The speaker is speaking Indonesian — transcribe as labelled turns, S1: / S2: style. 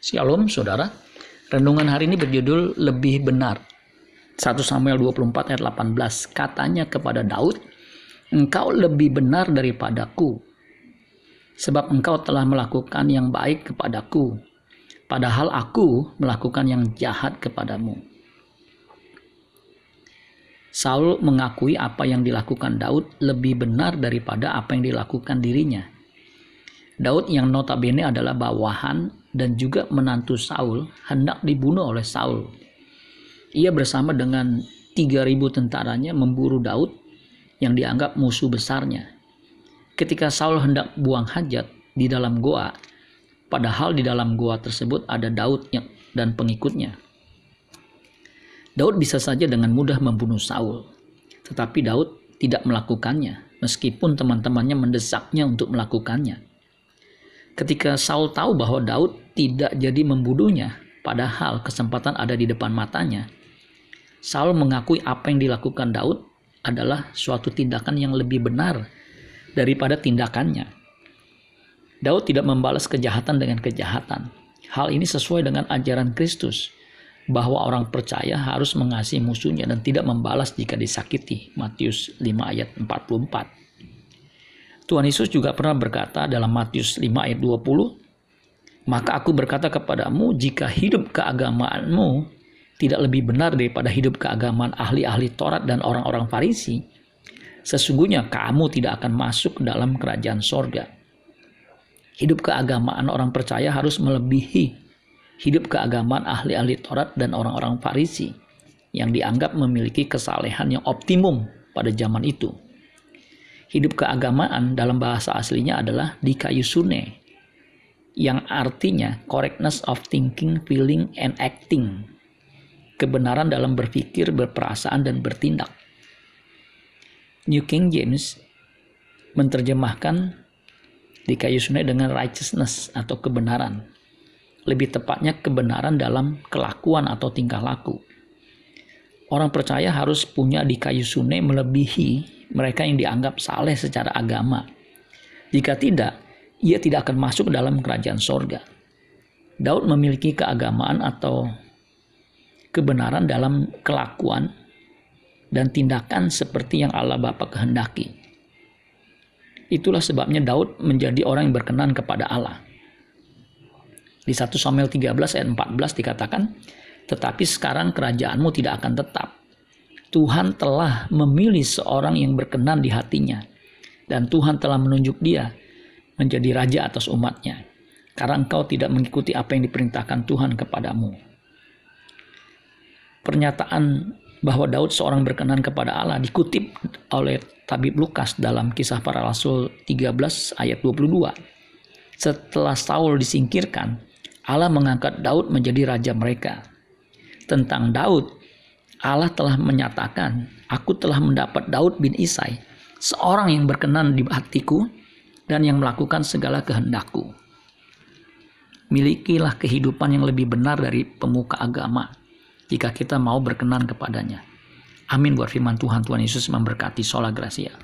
S1: Shalom saudara, renungan hari ini berjudul Lebih Benar. 1 Samuel 24 ayat 18, katanya kepada Daud, "Engkau lebih benar daripadaku, sebab engkau telah melakukan yang baik kepadaku, padahal aku melakukan yang jahat kepadamu." Saul mengakui apa yang dilakukan Daud lebih benar daripada apa yang dilakukan dirinya. Daud yang notabene adalah bawahan dan juga menantu Saul hendak dibunuh oleh Saul. Ia bersama dengan 3.000 tentaranya memburu Daud yang dianggap musuh besarnya. Ketika Saul hendak buang hajat di dalam goa, padahal di dalam goa tersebut ada Daud dan pengikutnya. Daud bisa saja dengan mudah membunuh Saul, tetapi Daud tidak melakukannya meskipun teman-temannya mendesaknya untuk melakukannya. Ketika Saul tahu bahwa Daud tidak jadi membunuhnya, padahal kesempatan ada di depan matanya, Saul mengakui apa yang dilakukan Daud adalah suatu tindakan yang lebih benar daripada tindakannya. Daud tidak membalas kejahatan dengan kejahatan. Hal ini sesuai dengan ajaran Kristus, bahwa orang percaya harus mengasihi musuhnya dan tidak membalas jika disakiti. Matius 5 ayat 44. Tuhan Yesus juga pernah berkata dalam Matius 5 ayat 20, "Maka aku berkata kepadamu, jika hidup keagamaanmu tidak lebih benar daripada hidup keagamaan ahli-ahli Taurat dan orang-orang Farisi, sesungguhnya kamu tidak akan masuk ke dalam kerajaan sorga." Hidup keagamaan orang percaya harus melebihi hidup keagamaan ahli-ahli Taurat dan orang-orang Farisi yang dianggap memiliki kesalehan yang optimum pada zaman itu. Hidup keagamaan dalam bahasa aslinya adalah dikaiosune, yang artinya correctness of thinking, feeling, and acting. Kebenaran dalam berpikir, berperasaan, dan bertindak. New King James menerjemahkan dikaiosune dengan righteousness atau kebenaran. Lebih tepatnya kebenaran dalam kelakuan atau tingkah laku. Orang percaya harus punya dikaiosune melebihi mereka yang dianggap saleh secara agama. Jika tidak, ia tidak akan masuk dalam kerajaan sorga. Daud memiliki keagamaan atau kebenaran dalam kelakuan dan tindakan seperti yang Allah Bapa kehendaki. Itulah sebabnya Daud menjadi orang yang berkenan kepada Allah. Di 1 Samuel 13 ayat 14 dikatakan, "Tetapi sekarang kerajaanmu tidak akan tetap. Tuhan telah memilih seorang yang berkenan di hatinya, dan Tuhan telah menunjuk dia menjadi raja atas umatnya, karena engkau tidak mengikuti apa yang diperintahkan Tuhan kepadamu." Pernyataan bahwa Daud seorang berkenan kepada Allah dikutip oleh tabib Lukas dalam Kisah Para Rasul 13 ayat 22. Setelah Saul disingkirkan, Allah mengangkat Daud menjadi raja mereka. Tentang Daud, Allah telah menyatakan, "Aku telah mendapat Daud bin Isai, seorang yang berkenan di hatiku dan yang melakukan segala kehendakku." Milikilah kehidupan yang lebih benar dari pemuka agama jika kita mau berkenan kepadanya. Amin buat firman Tuhan. Tuhan Yesus memberkati. Sola Gracia.